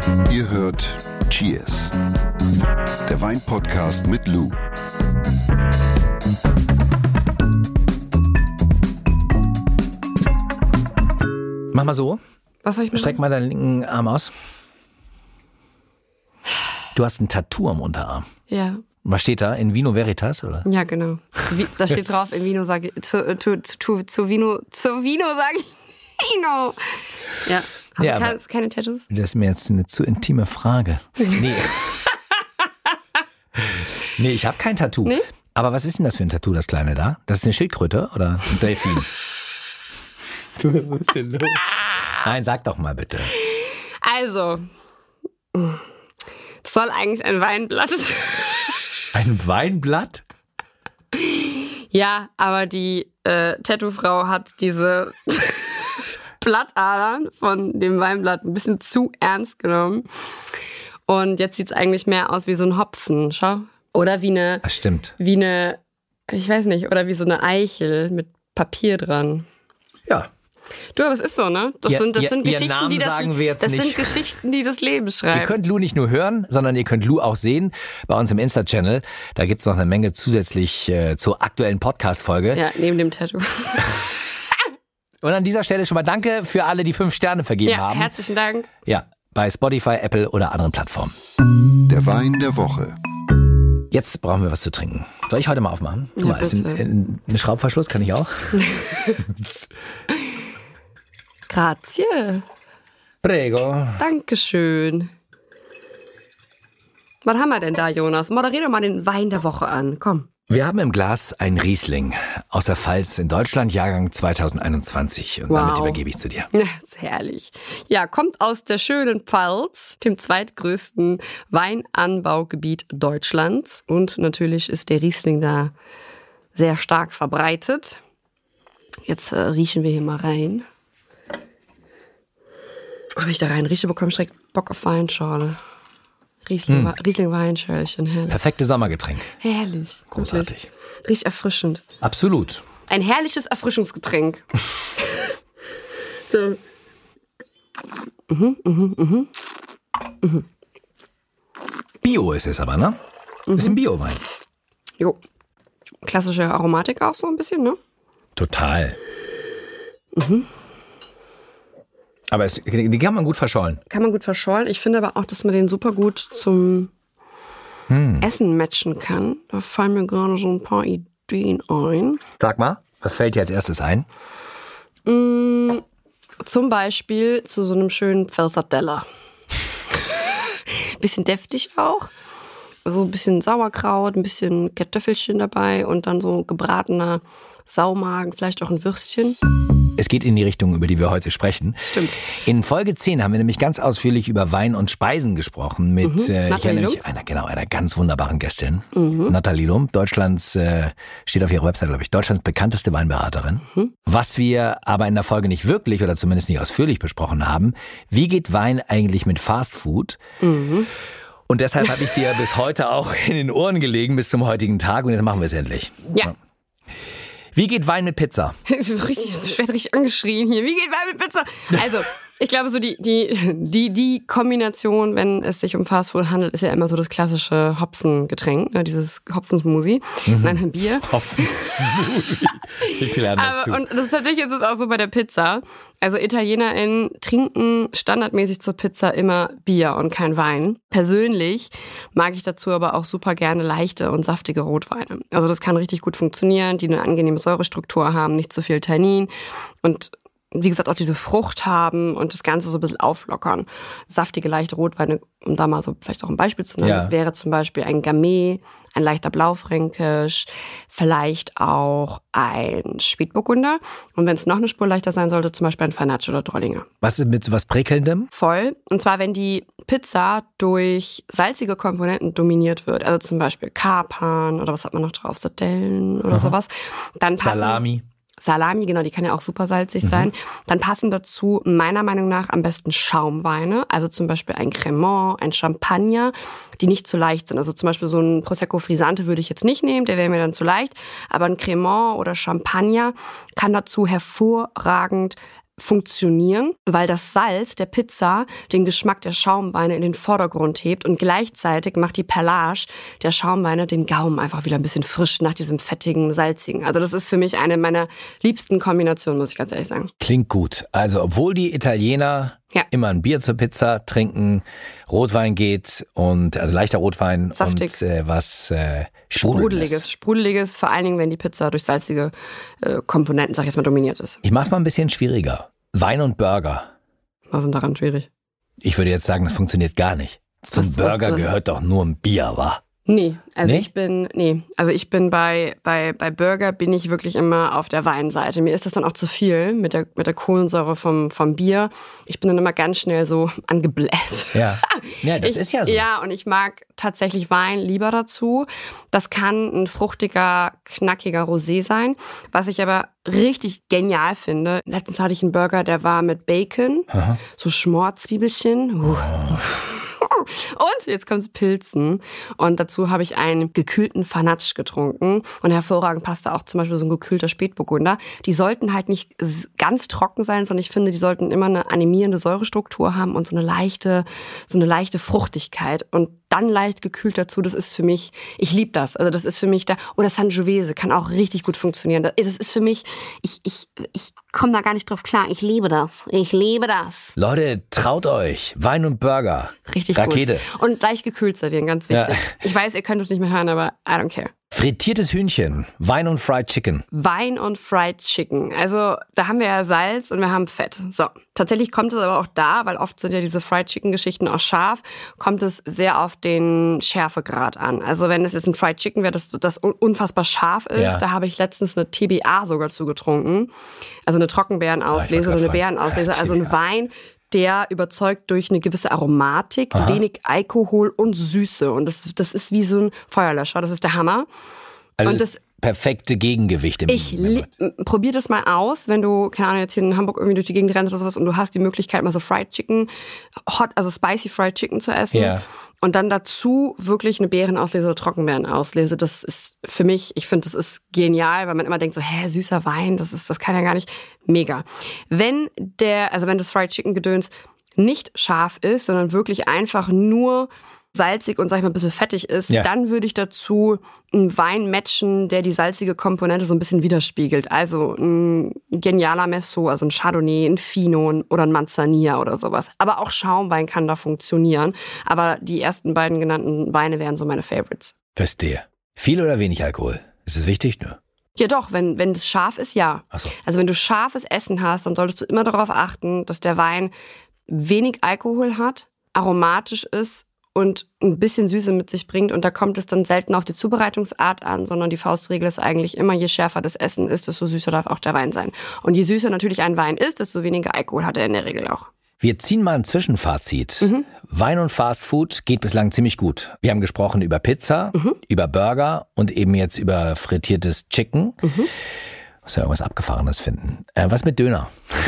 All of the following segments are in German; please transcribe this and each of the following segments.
Ihr hört Cheers, der Wein-Podcast mit Lou. Mach mal so. Was soll ich machen? Streck mal deinen linken Arm aus. Du hast ein Tattoo am Unterarm. Ja. Was steht da? In Vino Veritas, oder? Ja, genau. Da steht drauf, in Vino sage ich, zu Vino sage ich Vino. Ja. Hast du keine Tattoos? Das ist mir jetzt eine zu intime Frage. Nee. Nee, ich habe kein Tattoo. Nee? Aber was ist denn das für ein Tattoo, das kleine da? Das ist eine Schildkröte oder ein Delfin? Was ist denn los? Nein, sag doch mal bitte. Also, es soll eigentlich ein Weinblatt sein. Ein Weinblatt? Ja, aber die Tattoo-Frau hat diese Blattadern von dem Weinblatt ein bisschen zu ernst genommen. Und jetzt sieht es eigentlich mehr aus wie so ein Hopfen, schau. Oder wie eine... Das stimmt. Wie eine, ich weiß nicht, oder wie so eine Eichel mit Papier dran. Ja. Du, aber es ist so, ne? Das sind Geschichten, sind Geschichten, die das Leben schreiben. Ihr könnt Lou nicht nur hören, sondern ihr könnt Lou auch sehen bei uns im Insta-Channel. Da gibt's noch eine Menge zusätzlich zur aktuellen Podcast-Folge. Ja, neben dem Tattoo. Und an dieser Stelle schon mal danke für alle, die 5 Sterne vergeben haben. Ja, herzlichen Dank. Ja, bei Spotify, Apple oder anderen Plattformen. Der Wein der Woche. Jetzt brauchen wir was zu trinken. Soll ich heute mal aufmachen? Guck mal, ist ein Schraubverschluss, kann ich auch. Grazie. Prego. Dankeschön. Was haben wir denn da, Jonas? Moderier doch mal den Wein der Woche an. Komm. Wir haben im Glas einen Riesling aus der Pfalz in Deutschland, Jahrgang 2021. Und damit übergebe ich zu dir. Ja, ist herrlich. Ja, kommt aus der schönen Pfalz, dem zweitgrößten Weinanbaugebiet Deutschlands. Und natürlich ist der Riesling da sehr stark verbreitet. Jetzt riechen wir hier mal rein. Wenn ich da rein rieche, bekomme ich direkt Bock auf Weinschorle. Riesling-Weinschörlchen, herrlich. Perfekte Sommergetränk. Herrlich. Großartig. Wirklich. Riecht erfrischend. Absolut. Ein herrliches Erfrischungsgetränk. So. Bio ist es aber, ne? Ist ein Bio-Wein. Jo. Klassische Aromatik auch so ein bisschen, ne? Total. Aber die kann man gut verschollen. Kann man gut verschollen. Ich finde aber auch, dass man den super gut zum Essen matchen kann. Da fallen mir gerade so ein paar Ideen ein. Sag mal, was fällt dir als erstes ein? Zum Beispiel zu so einem schönen Pfälzerdeller. Bisschen deftig auch. So ein bisschen Sauerkraut, ein bisschen Kartoffelchen dabei und dann so gebratener Saumagen, vielleicht auch ein Würstchen. Es geht in die Richtung, über die wir heute sprechen. Stimmt. In Folge 10 haben wir nämlich ganz ausführlich über Wein und Speisen gesprochen mit einer ganz wunderbaren Gästin, Nathalie Lump, Deutschlands, steht auf ihrer Website, glaube ich, Deutschlands bekannteste Weinberaterin. Was wir aber in der Folge nicht wirklich oder zumindest nicht ausführlich besprochen haben, wie geht Wein eigentlich mit Fast Food? Und deshalb habe ich dir bis heute auch in den Ohren gelegen, bis zum heutigen Tag. Und jetzt machen wir es endlich. Ja. Wie geht Wein mit Pizza? Ich werde richtig angeschrien hier. Wie geht Wein mit Pizza? Also, ich glaube, so die Kombination, wenn es sich um Fastfood handelt, ist ja immer so das klassische Hopfengetränk, ne? Dieses Hopfensmoothie. Nein, ein Bier. Hopfensmoothie. Ich lerne dazu. Und das ist tatsächlich jetzt auch so bei der Pizza. Also ItalienerInnen trinken standardmäßig zur Pizza immer Bier und kein Wein. Persönlich mag ich dazu aber auch super gerne leichte und saftige Rotweine. Also das kann richtig gut funktionieren, die eine angenehme Säurestruktur haben, nicht zu viel Tannin und wie gesagt, auch diese Frucht haben und das Ganze so ein bisschen auflockern. Saftige, leichte Rotweine, um da mal so vielleicht auch ein Beispiel zu nennen, wäre zum Beispiel ein Gamay, ein leichter Blaufränkisch, vielleicht auch ein Spätburgunder. Und wenn es noch eine Spur leichter sein sollte, zum Beispiel ein Feinaccio oder Drollinger. Was ist mit so was Prickelndem? Voll. Und zwar, wenn die Pizza durch salzige Komponenten dominiert wird, also zum Beispiel Kapern oder was hat man noch drauf, Sardellen oder sowas, dann passen... Salami, genau, die kann ja auch super salzig sein. Dann passen dazu meiner Meinung nach am besten Schaumweine, also zum Beispiel ein Cremant, ein Champagner, die nicht zu leicht sind. Also zum Beispiel so ein Prosecco Frizzante würde ich jetzt nicht nehmen, der wäre mir dann zu leicht. Aber ein Cremant oder Champagner kann dazu hervorragend funktionieren, weil das Salz der Pizza den Geschmack der Schaumweine in den Vordergrund hebt und gleichzeitig macht die Perlage der Schaumweine den Gaumen einfach wieder ein bisschen frisch nach diesem fettigen, salzigen. Also das ist für mich eine meiner liebsten Kombinationen, muss ich ganz ehrlich sagen. Klingt gut. Also obwohl die Italiener immer ein Bier zur Pizza trinken, Rotwein geht und also leichter Rotwein saftig. Und was Sprudeliges, vor allen Dingen, wenn die Pizza durch salzige Komponenten, sag ich jetzt mal, dominiert ist. Ich mach's mal ein bisschen schwieriger. Wein und Burger. Was ist daran schwierig? Ich würde jetzt sagen, das funktioniert gar nicht. Zum Burger gehört doch nur ein Bier, wa? Nee, ich bin bei Burger bin ich wirklich immer auf der Weinseite. Mir ist das dann auch zu viel mit der Kohlensäure vom Bier. Ich bin dann immer ganz schnell so angebläht. Ja, das ist ja so. Ja, und ich mag tatsächlich Wein lieber dazu. Das kann ein fruchtiger, knackiger Rosé sein. Was ich aber richtig genial finde, letztens hatte ich einen Burger, der war mit Bacon, so Schmorzwiebelchen. Und jetzt kommt's Pilzen. Und dazu habe ich einen gekühlten Fanatsch getrunken. Und hervorragend passt da auch zum Beispiel so ein gekühlter Spätburgunder. Die sollten halt nicht ganz trocken sein, sondern ich finde, die sollten immer eine animierende Säurestruktur haben und so eine leichte Fruchtigkeit. Und dann leicht gekühlt dazu, das ist für mich, ich liebe das. Also das ist für mich da, oder Sangiovese kann auch richtig gut funktionieren. Das ist für mich, ich komme da gar nicht drauf klar. Ich liebe das. Leute, traut euch. Wein und Burger. Richtig Rakete. Gut. Und leicht gekühlt servieren, ganz wichtig. Ja. Ich weiß, ihr könnt es nicht mehr hören, aber I don't care. Frittiertes Hühnchen, Wein und Fried Chicken. Wein und Fried Chicken. Also da haben wir ja Salz und wir haben Fett. So, tatsächlich kommt es aber auch da, weil oft sind ja diese Fried Chicken Geschichten auch scharf, kommt es sehr auf den Schärfegrad an. Also wenn es jetzt ein Fried Chicken wäre, das unfassbar scharf ist, da habe ich letztens eine TBA sogar zugetrunken. Also eine Trockenbeerenauslese oder eine Beerenauslese. Also ein Wein, der überzeugt durch eine gewisse Aromatik, wenig Alkohol und Süße. Und das ist wie so ein Feuerlöscher. Das ist der Hammer. Also und das perfekte Gegengewicht. Probier das mal aus, wenn du, keine Ahnung, jetzt hier in Hamburg irgendwie durch die Gegend rennst oder sowas und du hast die Möglichkeit, mal so Fried Chicken, also spicy Fried Chicken zu essen. Yeah. Und dann dazu wirklich eine Beerenauslese oder Trockenbeerenauslese. Das ist für mich, ich finde, das ist genial, weil man immer denkt so, süßer Wein, das kann ja gar nicht. Mega. Wenn das Fried Chicken Gedöns nicht scharf ist, sondern wirklich einfach nur salzig und, sag ich mal, ein bisschen fettig ist, dann würde ich dazu einen Wein matchen, der die salzige Komponente so ein bisschen widerspiegelt. Also ein genialer Messo, also ein Chardonnay, ein Fino oder ein Manzanilla oder sowas. Aber auch Schaumwein kann da funktionieren. Aber die ersten beiden genannten Weine wären so meine Favorites. Verstehe. Viel oder wenig Alkohol? Ist es wichtig? Nö. Ja doch, wenn es scharf ist, ja. Ach so. Also wenn du scharfes Essen hast, dann solltest du immer darauf achten, dass der Wein wenig Alkohol hat, aromatisch ist und ein bisschen Süße mit sich bringt. Und da kommt es dann selten auf die Zubereitungsart an, sondern die Faustregel ist eigentlich immer, je schärfer das Essen ist, desto süßer darf auch der Wein sein. Und je süßer natürlich ein Wein ist, desto weniger Alkohol hat er in der Regel auch. Wir ziehen mal ein Zwischenfazit. Wein und Fast Food geht bislang ziemlich gut. Wir haben gesprochen über Pizza, über Burger und eben jetzt über frittiertes Chicken. Muss ja irgendwas Abgefahrenes finden. Was mit Döner?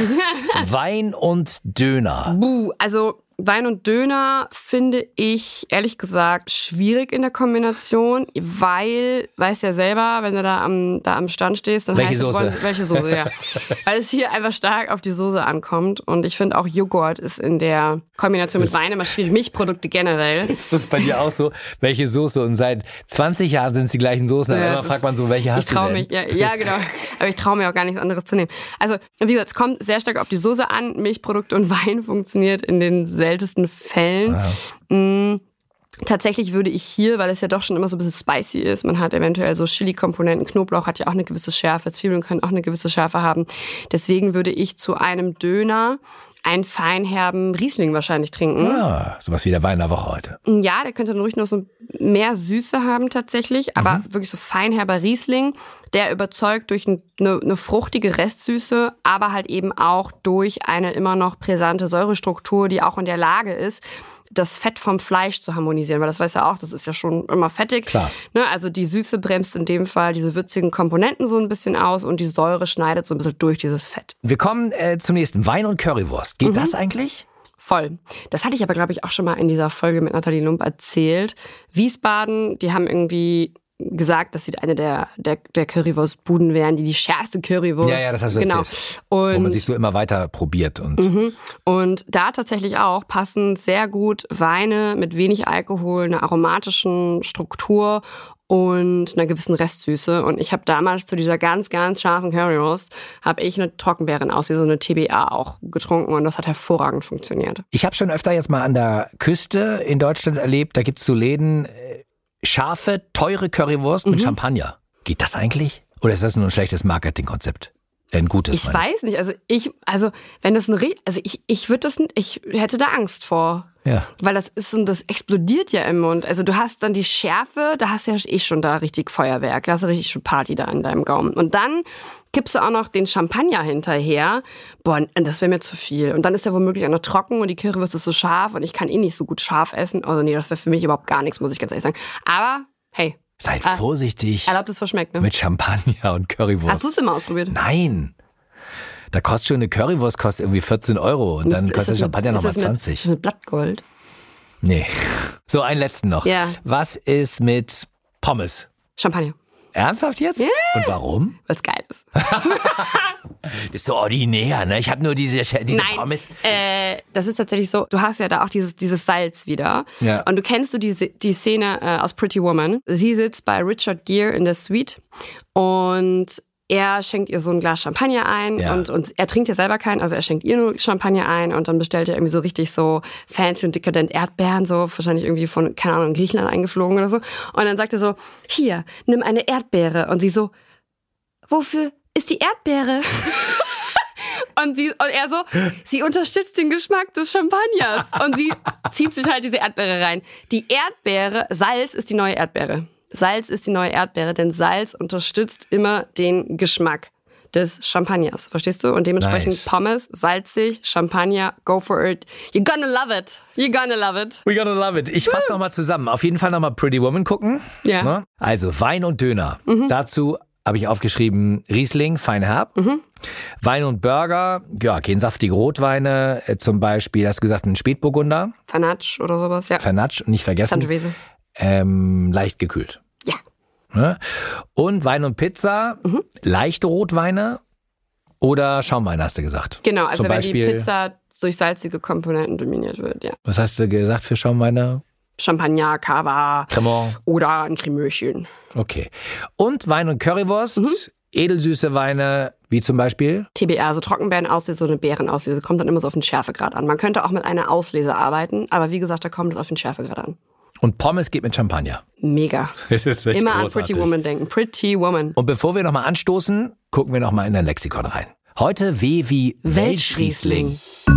Wein und Döner. Also Wein und Döner finde ich, ehrlich gesagt, schwierig in der Kombination, weil, weißt ja selber, wenn du da am Stand stehst, dann welche Soße? Welche Soße, ja. Weil es hier einfach stark auf die Soße ankommt. Und ich finde auch Joghurt ist in der Kombination mit Wein immer schwierig. Milchprodukte generell. Ist das bei dir auch so? Welche Soße? Und seit 20 Jahren sind es die gleichen Soßen. Aber immer fragt man so, welche hast du denn? Ich traue mich, ja, genau. Aber ich traue mir auch gar nichts anderes zu nehmen. Also, wie gesagt, es kommt sehr stark auf die Soße an. Milchprodukte und Wein funktioniert in den seltensten Fällen. Ja. Tatsächlich würde ich hier, weil es ja doch schon immer so ein bisschen spicy ist, man hat eventuell so Chili-Komponenten, Knoblauch hat ja auch eine gewisse Schärfe, Zwiebeln können auch eine gewisse Schärfe haben. Deswegen würde ich zu einem Döner einen feinherben Riesling wahrscheinlich trinken. Ah, sowas wie der Wein der Woche heute. Ja, der könnte dann ruhig noch so mehr Süße haben tatsächlich, aber wirklich so feinherber Riesling, der überzeugt durch eine fruchtige Restsüße, aber halt eben auch durch eine immer noch brisante Säurestruktur, die auch in der Lage ist, das Fett vom Fleisch zu harmonisieren, weil das weiß ja auch, das ist ja schon immer fettig. Klar. Ne, also die Süße bremst in dem Fall diese würzigen Komponenten so ein bisschen aus und die Säure schneidet so ein bisschen durch dieses Fett. Wir kommen zum nächsten. Wein und Currywurst. Geht das eigentlich? Voll. Das hatte ich aber, glaube ich, auch schon mal in dieser Folge mit Nathalie Lump erzählt. Wiesbaden, die haben irgendwie gesagt, dass sie eine der Currywurstbuden wären, die schärfste Currywurst. Ja, das hast du erzählt. Und wo man sich so immer weiter probiert. Und da tatsächlich auch passen sehr gut Weine mit wenig Alkohol, einer aromatischen Struktur und einer gewissen Restsüße. Und ich habe damals zu dieser ganz, ganz scharfen Currywurst, habe ich eine Trockenbeeren aus, wie so eine TBA auch getrunken und das hat hervorragend funktioniert. Ich habe schon öfter jetzt mal an der Küste in Deutschland erlebt, da gibt's so Läden, scharfe, teure Currywurst mit Champagner. Geht das eigentlich? Oder ist das nur ein schlechtes Marketingkonzept? Ein gutes. Ich weiß nicht. Wenn das ich würde das nicht, ich hätte da Angst vor. Ja. Weil das explodiert ja im Mund. Also du hast dann die Schärfe, da hast du ja schon da richtig Feuerwerk, da hast du richtig schon Party da in deinem Gaumen. Und dann kippst du auch noch den Champagner hinterher. Boah, das wäre mir zu viel. Und dann ist der womöglich auch noch trocken und die Currywurst ist so scharf und ich kann nicht so gut scharf essen. Also nee, das wäre für mich überhaupt gar nichts, muss ich ganz ehrlich sagen. Aber hey. Seid vorsichtig. Erlaubt es verschmeckt, ne? Mit Champagner und Currywurst. Hast du es immer ausprobiert? Nein. Da kostet schon eine Currywurst irgendwie 14 € und dann kostet Champagner nochmal 20. Ist das mit Blattgold? Nee. So, einen letzten noch. Ja. Was ist mit Pommes? Champagner. Ernsthaft jetzt? Yeah. Und warum? Weil es geil ist. Das ist so ordinär, ne? Ich habe nur diese Pommes. Das ist tatsächlich so, du hast ja da auch dieses Salz wieder. Ja. Und du kennst die Szene aus Pretty Woman. Sie sitzt bei Richard Gere in der Suite und er schenkt ihr so ein Glas Champagner ein und er trinkt ja selber keinen, also er schenkt ihr nur Champagner ein und dann bestellt er irgendwie so richtig so fancy und dekadent Erdbeeren, so wahrscheinlich irgendwie von, keine Ahnung, Griechenland eingeflogen oder so. Und dann sagt er so, hier, nimm eine Erdbeere. Und sie so, wofür ist die Erdbeere? Und er so, sie unterstützt den Geschmack des Champagners. Und sie zieht sich halt diese Erdbeere rein. Die Erdbeere, Salz ist die neue Erdbeere. Salz ist die neue Erdbeere, denn Salz unterstützt immer den Geschmack des Champagners. Verstehst du? Und dementsprechend Pommes, salzig, Champagner, go for it. You're gonna love it. You're gonna love it. We're gonna love it. Ich fasse nochmal zusammen. Auf jeden Fall nochmal Pretty Woman gucken. Ja. Ne? Also Wein und Döner. Dazu habe ich aufgeschrieben Riesling, Feinherb. Wein und Burger, ja, gehen saftige Rotweine. Zum Beispiel, hast du gesagt, ein Spätburgunder. Fanatsch oder sowas, ja. Fanatsch, nicht vergessen. Sangiovese. Leicht gekühlt. Ja. Ne? Und Wein und Pizza, leichte Rotweine oder Schaumweine, hast du gesagt. Genau, also Zum wenn Beispiel, die Pizza durch salzige Komponenten dominiert wird, ja. Was hast du gesagt für Schaumweine? Champagner, Cava Cremant. Oder ein Cremöchen. Okay. Und Wein und Currywurst, edelsüße Weine, wie zum Beispiel? TBA, also Trockenbeerenauslese, so eine Beerenauslese, kommt dann immer so auf den Schärfegrad an. Man könnte auch mit einer Auslese arbeiten, aber wie gesagt, da kommt es auf den Schärfegrad an. Und Pommes geht mit Champagner. Mega. Das ist echt immer großartig. an Pretty Woman denken. Pretty Woman. Und bevor wir nochmal anstoßen, gucken wir nochmal in dein Lexikon rein. Heute W wie Welschriesling.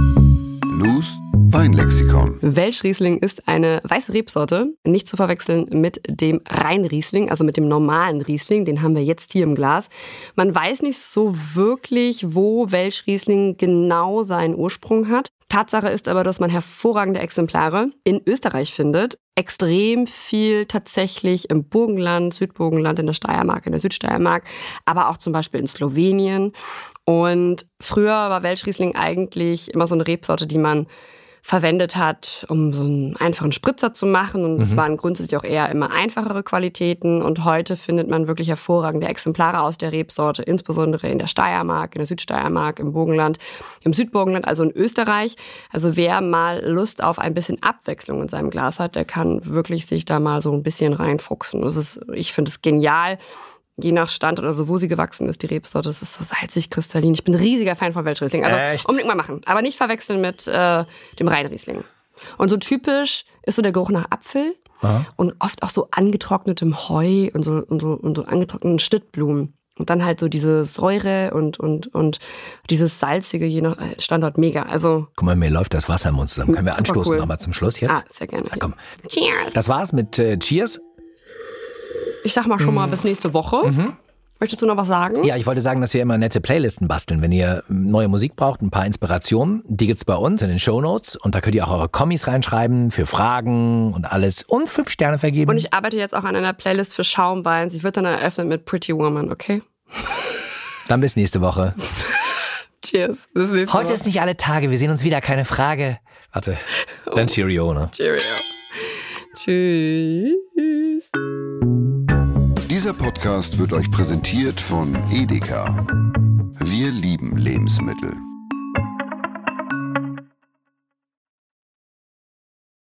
Lus Weinlexikon. Welschriesling ist eine weiße Rebsorte, nicht zu verwechseln mit dem Rheinriesling, also mit dem normalen Riesling, den haben wir jetzt hier im Glas. Man weiß nicht so wirklich, wo Welschriesling genau seinen Ursprung hat. Tatsache ist aber, dass man hervorragende Exemplare in Österreich findet. Extrem viel tatsächlich im Burgenland, Südburgenland, in der Steiermark, in der Südsteiermark, aber auch zum Beispiel in Slowenien. Und früher war Welschriesling eigentlich immer so eine Rebsorte, die man verwendet hat, um so einen einfachen Spritzer zu machen. Und es waren grundsätzlich auch eher immer einfachere Qualitäten. Und heute findet man wirklich hervorragende Exemplare aus der Rebsorte, insbesondere in der Steiermark, in der Südsteiermark, im Burgenland, im Südburgenland, also in Österreich. Also wer mal Lust auf ein bisschen Abwechslung in seinem Glas hat, der kann wirklich sich da mal so ein bisschen reinfuchsen. Ich finde es genial. Je nach Standort oder so, wo sie gewachsen ist, die Rebsorte, das ist so salzig, kristallin. Ich bin ein riesiger Fan von Welschriesling. Also unbedingt mal machen. Aber nicht verwechseln mit dem Rheinriesling. Und so typisch ist so der Geruch nach Apfel. Aha. Und oft auch so angetrocknetem Heu und so angetrockneten Schnittblumen. Und dann halt so diese Säure und dieses Salzige, je nach Standort, mega. Also guck mal, mir läuft das Wasser im Mund zusammen. Können wir anstoßen nochmal zum Schluss jetzt? Ah, sehr gerne. Na, komm. Cheers. Das war's mit Cheers. Ich sag mal schon mal bis nächste Woche. Möchtest du noch was sagen? Ja, ich wollte sagen, dass wir immer nette Playlisten basteln. Wenn ihr neue Musik braucht, ein paar Inspirationen, die gibt's bei uns in den Shownotes. Und da könnt ihr auch eure Kommis reinschreiben für Fragen und alles. Und 5 Sterne vergeben. Und ich arbeite jetzt auch an einer Playlist für Schaumwein. Sie wird dann eröffnet mit Pretty Woman, okay? Dann bis nächste Woche. Cheers. Bis nächste Heute Woche. ist nicht alle Tage. Wir sehen uns wieder, keine Frage. Warte, dann Cheerio, ne? Cheerio. Tschüss. Dieser Podcast wird euch präsentiert von Edeka. Wir lieben Lebensmittel.